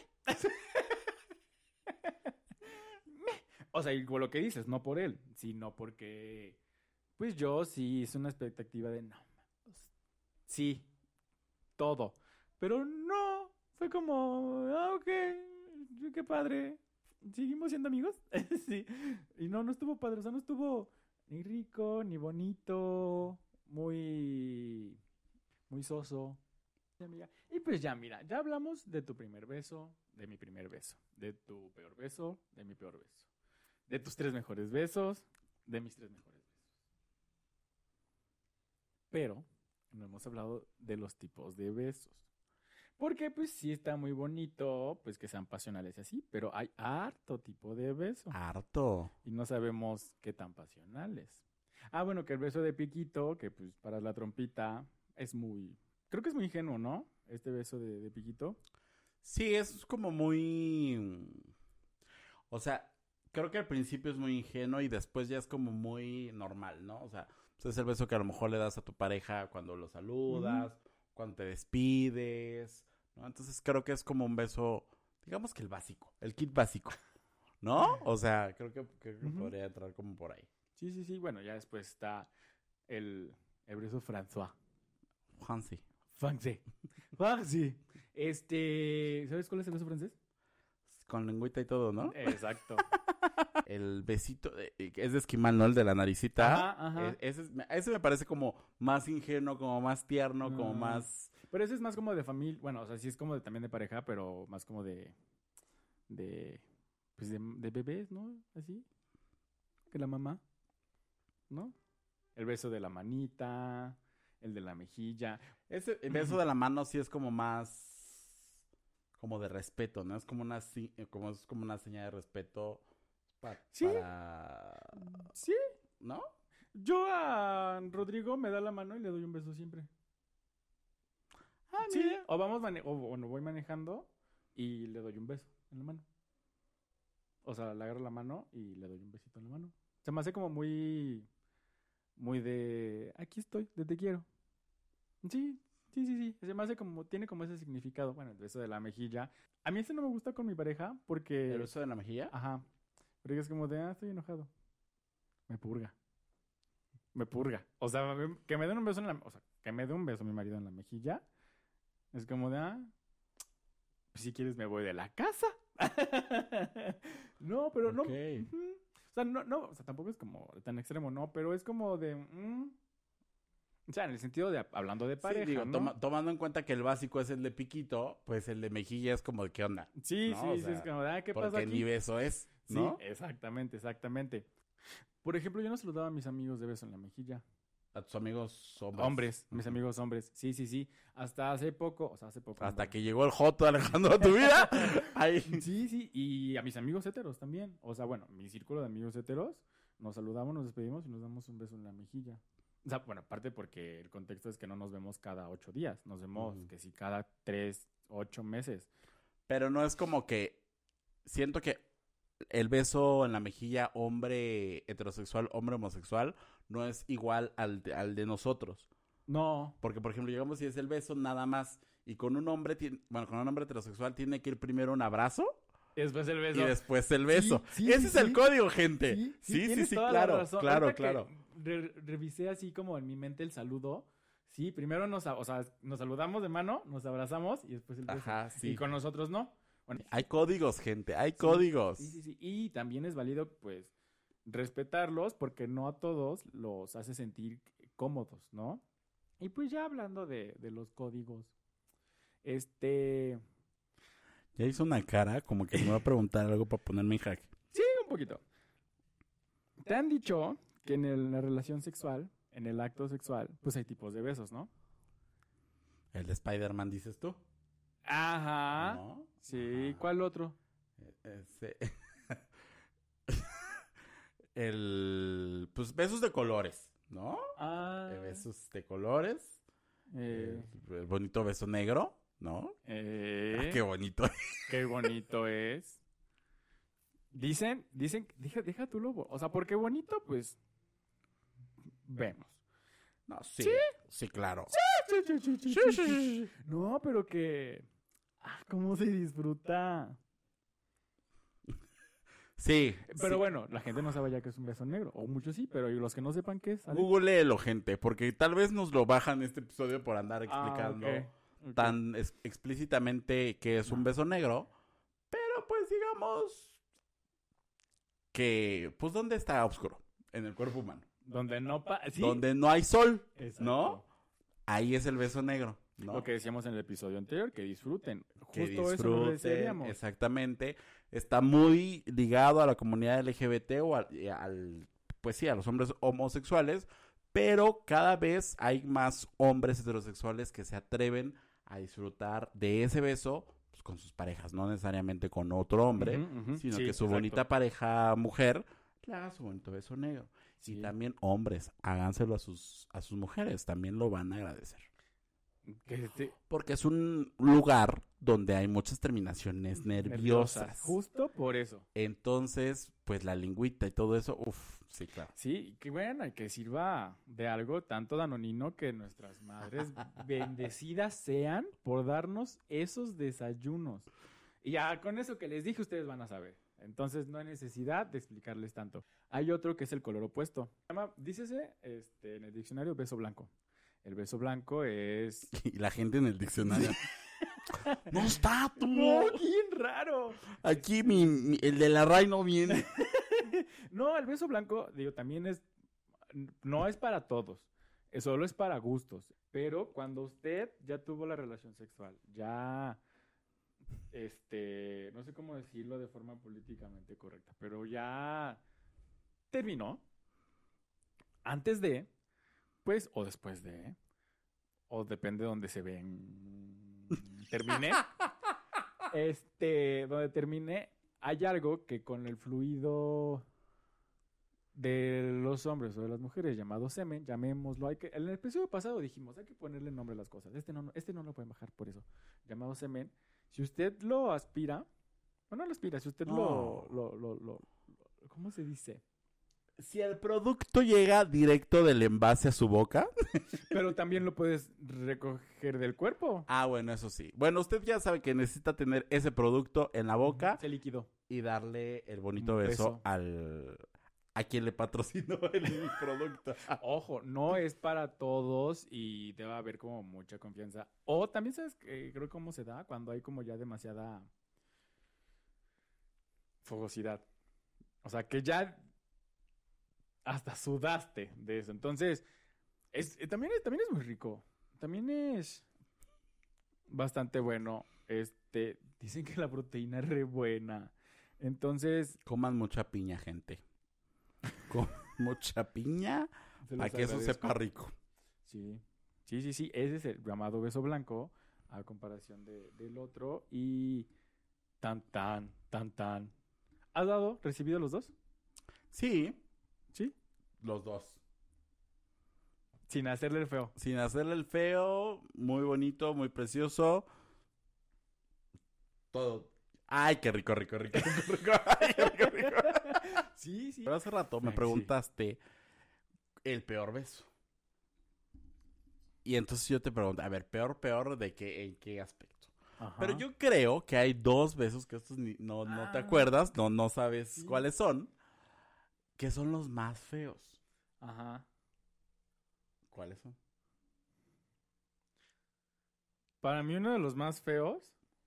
me. O sea, y por lo que dices, no por él, sino porque, pues yo sí hice una expectativa de, no, sí, todo. Pero no, fue como, ah, ok, qué padre. ¿Seguimos siendo amigos? Sí. Y no, no estuvo padre, o sea, no estuvo ni rico, ni bonito, muy, muy soso. Sí, amiga. Y pues ya, mira, ya hablamos de tu primer beso, de mi primer beso, de tu peor beso, de mi peor beso, de tus tres mejores besos, de mis tres mejores besos. Pero no hemos hablado de los tipos de besos. Porque pues sí está muy bonito, pues que sean pasionales y así, pero hay harto tipo de beso Harto. y no sabemos qué tan pasionales. Ah, bueno, que el beso de piquito, que pues para la trompita es muy, creo que es muy ingenuo, ¿no? Este beso de, de piquito. Sí, es como muy... O sea, creo que al principio es muy ingenuo y después ya es como muy normal, ¿no? O sea, pues es el beso que a lo mejor le das a tu pareja cuando lo Ujú. saludas, cuando te despides, ¿no? Entonces creo que es como un beso, digamos que el básico, el kit básico, ¿no? O sea, creo que, creo que Ujú. podría entrar como por ahí. Sí, sí, sí. Bueno, ya después está el, el beso François. Hansi. Francés. Francés. Este, ¿sabes cuál es el beso francés? Con lengüita y todo, ¿no? Exacto. El besito, de- es de esquimal, ¿no? El de la naricita. Ajá, E- ajá. Ese, es- ese me parece como más ingenuo, como más tierno, como Ah, más... pero ese es más como de familia, bueno, o sea, sí es como de, también de pareja, pero más como de, de, pues de, de bebés, ¿no? Así, que la mamá, ¿no? El beso de la manita, el de la mejilla. Ese beso de la mano sí es como más... Como de respeto, ¿no? Es como una, si- eh, como, es como una señal de respeto pa- Sí, para... sí. ¿No? Yo a Rodrigo me da la mano y le doy un beso siempre. Ah, Sí, mira. o vamos mane o bueno, voy manejando y le doy un beso en la mano. O sea, le agarro la mano y le doy un besito en la mano. Se me hace como muy, muy de, aquí estoy, de te quiero. Sí, sí, sí, sí. Se me hace como, tiene como ese significado. Bueno, el beso de la mejilla. A mí ese no me gusta con mi pareja ¿El porque, beso de la mejilla? ajá, porque es como de, ah, estoy enojado. Me purga, me purga. O sea, me- que me den un beso en la, o sea, que me dé un beso mi marido en la mejilla. Es como de, ah, pues si quieres me voy de la casa. No, pero no. Ok. Ujú. O sea, no, no, o sea, tampoco es como tan extremo, no, pero es como de, mm, O sea, en el sentido de hablando de Sí, pareja, digo, ¿no? toma- tomando en cuenta que el básico es el de piquito, pues el de mejilla es como de qué onda. Sí, ¿no? sí, O sí, sea, es como, ah, ¿qué porque pasa aquí? ni beso es, ¿no? Sí, exactamente, exactamente. Por ejemplo, yo no saludaba a mis amigos de beso en la mejilla. A tus amigos hombres. Hombres, mis Ujú. amigos hombres. Sí, sí, sí. Hasta hace poco, o sea, hace poco. Hasta hombre. que llegó el Joto Alejandro a tu vida. Ahí. Sí, sí, y a mis amigos heteros también. O sea, bueno, mi círculo de amigos heteros, nos saludamos, nos despedimos y nos damos un beso en la mejilla. O sea, bueno, aparte porque el contexto es que no nos vemos cada ocho días, nos vemos Ujú. que sí cada tres, ocho meses. Pero no es como que siento que el beso en la mejilla hombre heterosexual, hombre homosexual, no es igual al de, al de nosotros. No, Porque, por ejemplo, llegamos y es el beso nada más. Y con un hombre, tien- bueno, con un hombre heterosexual tiene que ir primero un abrazo después el y beso. después el beso. Sí, sí, Ese sí, es el sí. código, gente. Sí, Sí, sí, tienes sí, toda la claro, razón. claro, Ahorita que claro. re- revisé así como en mi mente el saludo. Sí, primero nos, a- o sea, nos saludamos de mano, nos abrazamos y después el beso. Ajá, sí. Y con nosotros no. Bueno, Hay códigos, gente, hay sí, códigos. Sí, sí, sí. Y también es válido, pues, respetarlos porque no a todos los hace sentir cómodos, ¿no? Y pues ya hablando de, de los códigos, este, Ya hizo una cara como que me va a preguntar algo para ponerme en jaque. sí, un poquito. Te han dicho que en el- la relación sexual, en el acto sexual, pues hay tipos de besos, ¿no? El de Spider-Man, dices tú. Ajá. ¿No? Sí, Ajá. ¿cuál otro? E- Ese... el... Pues besos de colores, ¿no? Ah, Eh, Besos de colores. eh, El, el bonito beso negro, ¿no? eh, Ah, qué bonito. qué bonito es. Dicen, dicen, deja, deja tu lobo. O sea, porque bonito, pues, vemos. No, sí. Sí, claro. No, pero que... Ah, ¿cómo se disfruta? Sí. Pero sí. bueno, la gente no sabe ya que es un beso negro. O muchos sí, pero y los que no sepan qué es. ¿sale? Googleelo, gente, porque tal vez nos lo bajan este episodio por andar Ah, explicando ok, ok. tan es- explícitamente que es un No. beso negro. Pero pues digamos que, pues, ¿dónde está oscuro? En el cuerpo humano. Donde no... Pa ¿sí? Donde no hay sol, Exacto. ¿no? Ahí es el beso negro, ¿no? Lo que decíamos en el episodio anterior, que disfruten. Que Justo eso nos disfruten, desearíamos. exactamente. Está muy ligado a la comunidad L G B T o al, y al- pues sí, a los hombres homosexuales, pero cada vez hay más hombres heterosexuales que se atreven a disfrutar de ese beso pues, con sus parejas, no necesariamente con otro hombre, Ujú, ujú. sino Sí, que su exacto. bonita pareja mujer le haga su bonito beso negro. Sí. Y también hombres, háganselo a sus, a sus mujeres, también lo van a agradecer. Que este- Porque es un lugar donde hay muchas terminaciones nerviosas. Justo por eso. Entonces, pues la lingüita y todo eso, uff, sí, claro. Sí, que bueno, y que sirva de algo tanto danonino que nuestras madres bendecidas sean por darnos esos desayunos. Y ya con eso que les dije, ustedes van a saber. Entonces no hay necesidad de explicarles tanto. Hay otro que es el color opuesto. Se llama, dícese este, en el diccionario beso blanco. El beso blanco es... Y la gente en el diccionario. ¡No está tú! ¡No, bien raro! Aquí mi, mi- el de la R A I no viene. No, el beso blanco, digo, también es, no es para todos, es solo es para gustos, pero cuando usted ya tuvo la relación sexual, ya, este, no sé cómo decirlo de forma políticamente correcta, pero ya terminó, antes de, pues, o después de, o depende de donde se ven, termine, este, donde termine, hay algo que con el fluido de los hombres o de las mujeres llamado semen, llamémoslo, hay que, en el episodio pasado dijimos, hay que ponerle nombre a las cosas, este no, este no lo pueden bajar por eso, llamado semen, si usted lo aspira, o no lo aspira, si usted No. lo, lo, lo, lo, lo- ¿cómo se dice? Si el producto llega directo del envase a su boca. Pero también lo puedes recoger del cuerpo. Ah, bueno, eso sí. Bueno, usted ya sabe que necesita tener ese producto en la boca Ese líquido. y darle el bonito Un beso, beso. al a quien le patrocinó el producto. Ojo, no es para todos y debe haber como mucha confianza. O también, ¿sabes qué? Creo cómo se da cuando hay como ya demasiada fogosidad. O sea, que ya hasta sudaste de eso. Entonces, Es, eh, también, es, también es muy rico. También es bastante bueno. Este, dicen que la proteína es re buena. Entonces, Coman mucha piña, gente. Coman mucha piña se para los que eso agradezco. sepa rico. Sí, sí, sí, sí. Ese es el llamado beso blanco a comparación de, del otro. Y tan, tan, tan, tan. ¿Has dado, recibido los dos? Sí, Sí. los dos. Sin hacerle el feo. Sin hacerle el feo, muy bonito, muy precioso. Todo. Ay, qué rico, rico, rico, rico, rico. Ay, qué rico, rico. Sí, sí. Pero hace rato me Ay, sí. preguntaste el peor beso. Y entonces yo te pregunto, a ver, peor, peor, ¿de qué, en qué aspecto? Ajá. Pero yo creo que hay dos besos que estos ni- no, no te Ah. acuerdas, no, no sabes Sí. cuáles son, que son los más feos. Ajá. ¿Cuáles son? Para mí uno de los más feos.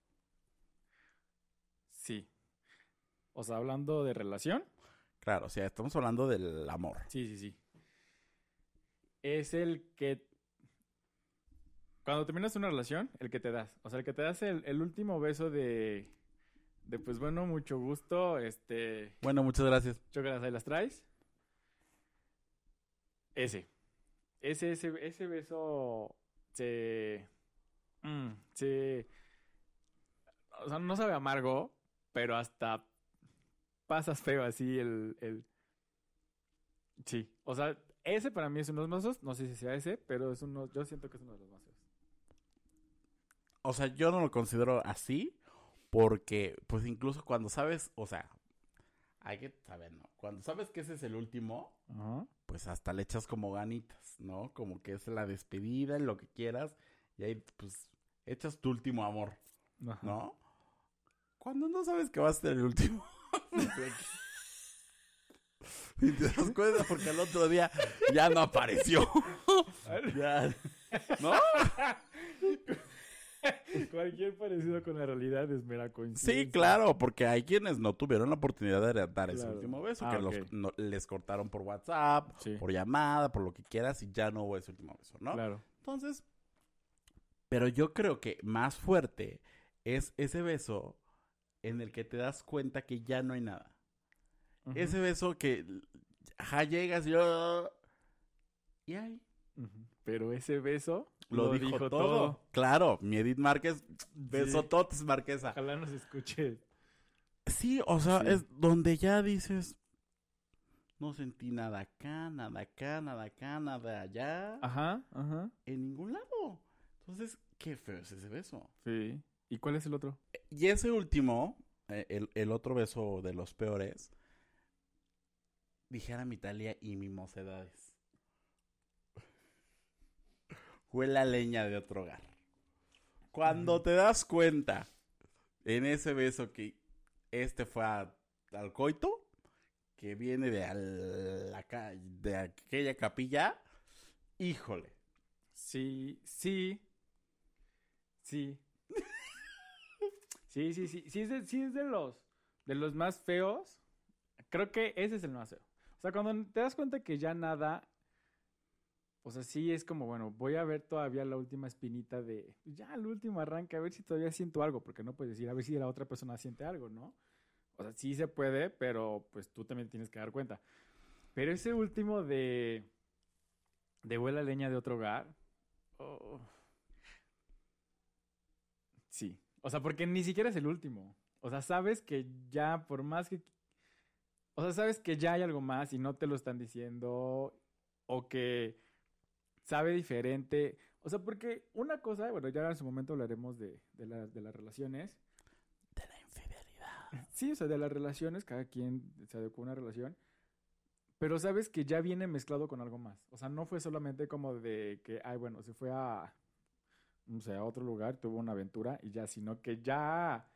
Sí. O sea, hablando de relación. Claro, o sea, estamos hablando del amor. Sí, sí, sí. Es el que... Cuando terminas una relación, el que te das. O sea, el que te das el, el último beso de... De pues bueno, mucho gusto. Este... Bueno, muchas gracias. Chócalas, ahí las traes. Ese. Ese, ese, ese beso se... mm, se... O sea, no sabe amargo, pero hasta pasas feo así el... el... Sí. O sea, ese para mí es uno de los más feos. No sé si sea ese, pero es uno... Yo siento que es uno de los más feos. O sea, yo no lo considero así porque, pues incluso cuando sabes, o sea, hay que saber, ¿no? Cuando sabes que ese es el último, Ajá. pues hasta le echas como ganitas, ¿no? Como que es la despedida, lo que quieras, y ahí, pues, echas tu último amor, Ajá. ¿no? Cuando no sabes que va a ser el último. Y te das cuenta porque el otro día ya no apareció. Ya, ¿no? Cualquier parecido con la realidad es mera coincidencia. Sí, claro, porque hay quienes no tuvieron la oportunidad de dar ese Claro. último beso, Ah, que ok. los, no- les cortaron por WhatsApp, Sí. por llamada, por lo que quieras, y ya no hubo ese último beso, ¿no? Claro. Entonces, pero yo creo que más fuerte es ese beso en el que te das cuenta que ya no hay nada. Ujú. Ese beso que, ajá, llegas y yo... Y ahí, Ujú. Pero ese beso lo, dijo, todo. Claro, mi Edith Márquez, besototes Marquesa. Ojalá nos escuche. Sí, o sea, Sí. es donde ya dices, no sentí nada acá, nada acá, nada acá, nada allá, Ajá, ajá. en ningún lado. Entonces, qué feo es ese beso. Sí. ¿Y cuál es el otro? Y ese último, eh, el, el otro beso de los peores, dijera mi Italia y mi mocedades. Huele a leña de otro hogar. Cuando Ujú. te das cuenta en ese beso que este fue a- al coito, que viene de, al- la ca- de aquella capilla, híjole. Sí, sí. Sí. Sí, sí, sí. Sí es de, sí es de los de los más feos. Creo que ese es el más feo. O sea, cuando te das cuenta que ya nada. O sea, sí es como, bueno, voy a ver todavía la última espinita de. Ya, el último arranque, a ver si todavía siento algo. Porque no puedes decir, a ver si la otra persona siente algo, ¿no? O sea, sí se puede, pero pues tú también tienes que dar cuenta. Pero ese último de. De vuela leña de otro hogar. Oh. Sí. O sea, porque ni siquiera es el último. O sea, sabes que ya, por más que. O sea, sabes que ya hay algo más y no te lo están diciendo. O que sabe diferente. O sea, porque una cosa, bueno, ya en su momento hablaremos de, de, la- de las relaciones. De la infidelidad. Sí, o sea, de las relaciones, cada quien se adecuó a una relación. Pero sabes que ya viene mezclado con algo más. O sea, no fue solamente como de que, ay, bueno, se fue a, no sé, a otro lugar, tuvo una aventura y ya, sino que ya,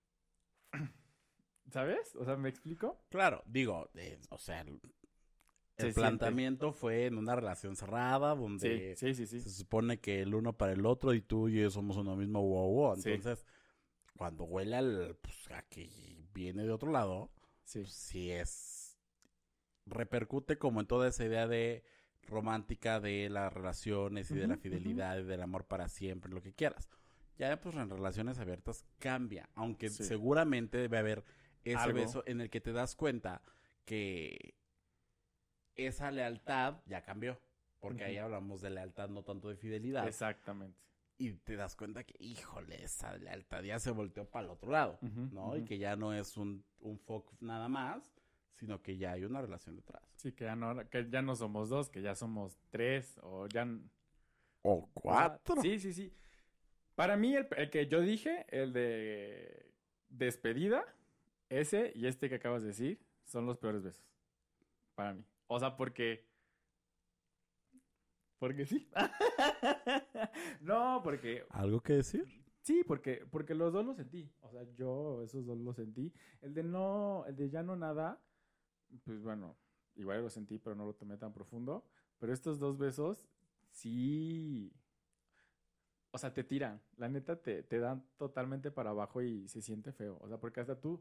¿sabes? O sea, ¿me explico? Claro, digo, eh, o sea, el, Se el siente. planteamiento fue en una relación cerrada, Sí, donde sí, sí, sí. se supone que el uno para el otro y tú y yo somos uno mismo, wow, wow. Sí. Entonces, cuando huele al, pues, a que viene de otro lado, Sí. pues, sí es, repercute como en toda esa idea de romántica de las relaciones y Ujú, de la ujú. fidelidad y del amor para siempre, lo que quieras. Ya pues en relaciones abiertas cambia, aunque Sí. seguramente debe haber ese Algo. beso en el que te das cuenta que esa lealtad ya cambió, porque ahí Ujú. hablamos de lealtad, no tanto de fidelidad, Exactamente. y te das cuenta que, híjole, esa lealtad ya se volteó para el otro lado, Ujú, ¿no? Y ujú. que ya no es un, un fuck nada más, sino que ya hay una relación detrás. Sí, que ya no, que ya no somos dos, que ya somos tres, o ya... n- O o sea, cuatro. sí, sí, sí. Para mí, el, el que yo dije, el de despedida, ese y este que acabas de decir, son los peores besos. Para mí. O sea, porque... Porque sí. No, porque... ¿Algo que decir? Sí, porque, porque los dos los sentí. O sea, yo esos dos los sentí. El de no, el de ya no nada, pues bueno, igual lo sentí, pero no lo tomé tan profundo. Pero estos dos besos, sí. O sea, te tiran. La neta te, te dan totalmente para abajo y se siente feo. O sea, porque hasta tú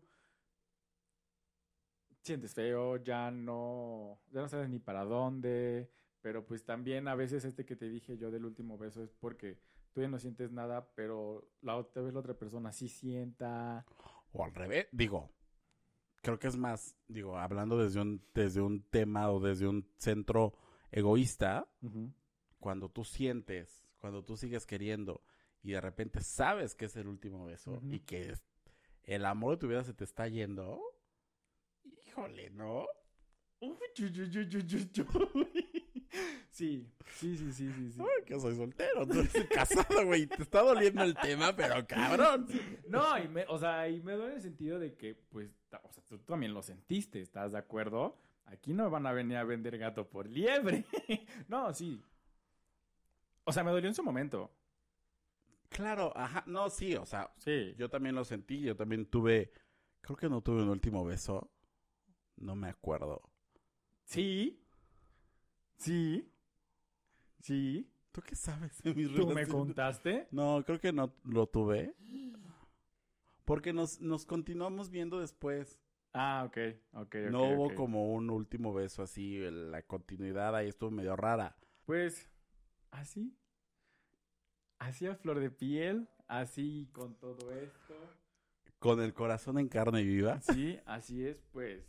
sientes feo, ya no, ya no sabes ni para dónde. Pero pues también a veces este que te dije yo del último beso es porque tú ya no sientes nada, pero la otra vez la otra persona sí sienta. O al revés, digo, creo que es más, digo, hablando desde un, desde un tema o desde un centro egoísta, Ujú. cuando tú sientes, cuando tú sigues queriendo y de repente sabes que es el último beso Ujú. y que es- el amor de tu vida se te está yendo, híjole, ¿no? Uy, yu, yu, yu, yu, yu, yu. Sí, sí, sí, sí, sí, sí. Ay, que soy soltero, tú eres casado, güey, te está doliendo el tema, pero cabrón. No, y me, o sea, y me duele en el sentido de que, pues, ta- o sea, tú también lo sentiste, ¿estás de acuerdo? Aquí no van a venir a vender gato por liebre. No, sí. O sea, me dolió en su momento. Claro, ajá, no, sí, o sea, Sí. yo también lo sentí, yo también tuve, creo que no tuve un último beso, no me acuerdo. Sí. Sí. Sí. ¿Tú qué sabes de mis ¿Tú me relaciones? contaste? No, creo que no lo tuve. Porque nos, nos continuamos viendo después. Ah, ok, ok, ok. No hubo ok. como un último beso así, el- la continuidad ahí estuvo medio rara. Pues, así. Así a flor de piel, así con todo esto. Con el corazón en carne viva. Sí, así es, pues.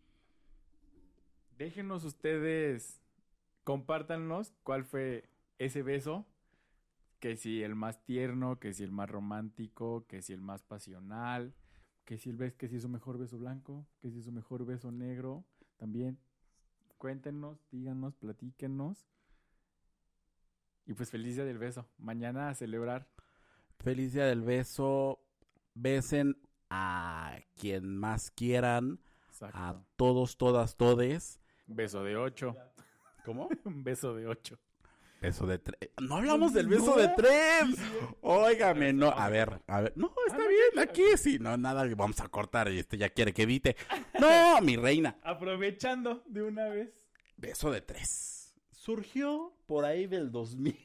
Déjenos ustedes, compártanos cuál fue ese beso. Que si el más tierno, que si el más romántico, que si el más pasional, que si el bes- que si es su mejor beso blanco, que si es su mejor beso negro. También cuéntenos, díganos, platíquenos. Y pues feliz día del beso. Mañana a celebrar. Feliz día del beso. Besen a quien más quieran. A Exacto. todos, todas, todes. Beso de ocho. ¿Cómo? Un beso de ocho. Beso de tres. No hablamos del beso No. de tres. Sí, sí. Óigame, Pero no. vamos A a ver, cortar. a ver. No, está no, bien. ya, ya. Aquí sí. No, nada. Vamos a cortar. Y este ya quiere que edite. No, mi reina. Aprovechando de una vez. Beso de tres. Surgió por ahí del dos mil.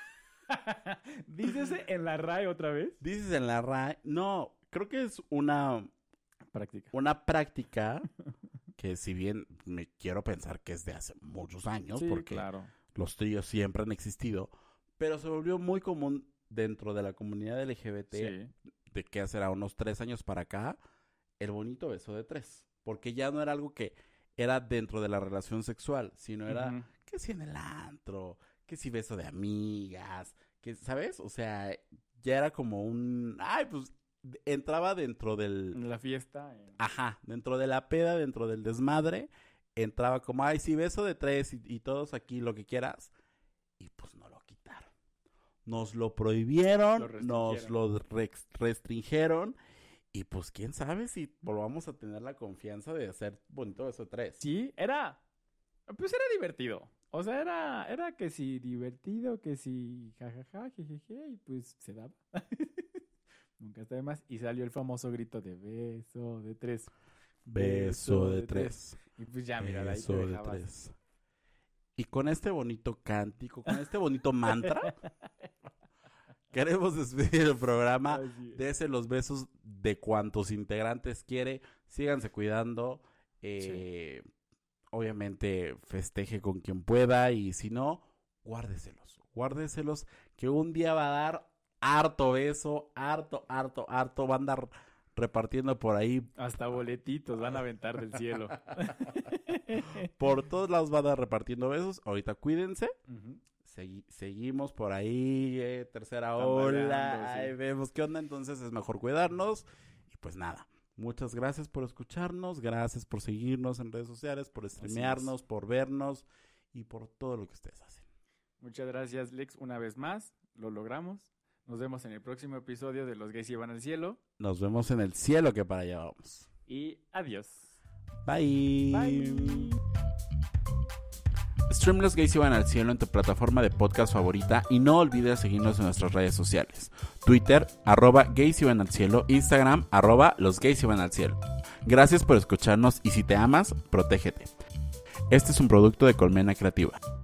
Dícese en la R A E otra vez. Dices en la R A E. No, creo que es una, Práctica. una práctica que si bien me quiero pensar que es de hace muchos años, Sí, porque claro. los tríos siempre han existido, pero se volvió muy común dentro de la comunidad L G B T Sí. de que hace unos tres años para acá, el bonito beso de tres. Porque ya no era algo que era dentro de la relación sexual, sino era Ujú. que si en el antro, que si beso de amigas, que, ¿sabes? O sea, ya era como un... Ay, pues d- entraba dentro del... En la fiesta. en- Ajá, dentro de la peda, dentro del desmadre, entraba como, ay, sí, beso de tres y, y todos aquí lo que quieras. Y pues no lo quitaron. Nos lo prohibieron, Lo nos lo rex- restringieron. Y pues quién sabe si volvamos a tener la confianza de hacer bonito beso de tres. Sí, era. Pues era divertido. O sea, era, era que si divertido, que si jajaja, jejeje, y pues se daba. Nunca está de más. Y salió el famoso grito de beso de tres. Beso de tres. Y pues ya, mira, de ahí te Beso de dejabas. tres. Y con este bonito cántico, con este bonito mantra, queremos despedir el programa. Así es. Dese los besos de cuantos integrantes quiere. Síganse cuidando. Eh, obviamente festeje con quien pueda y si no, guárdeselos, guárdeselos que un día va a dar harto beso, harto, harto, harto, va a andar repartiendo por ahí. Hasta boletitos van a aventar del cielo. Por todos lados van a dar repartiendo besos. Ahorita cuídense. Uh-huh. Segui- seguimos por ahí, eh, tercera ola. Ahí sí. Vemos qué onda, entonces es mejor cuidarnos. Y pues nada, muchas gracias por escucharnos, gracias por seguirnos en redes sociales, por streamearnos, por vernos y por todo lo que ustedes hacen. Muchas gracias, Lex, una vez más. Lo logramos. Nos vemos en el próximo episodio de Los Gays Iban al Cielo. Nos vemos en el cielo, que para allá vamos. Y adiós. Bye. Bye. Stream Los Gays Iban al Cielo en tu plataforma de podcast favorita y no olvides seguirnos en nuestras redes sociales. Twitter, arroba Gays Iban al Cielo, Instagram, arroba Los Gays Iban al Cielo. Gracias por escucharnos y si te amas, protégete. Este es un producto de Colmena Creativa.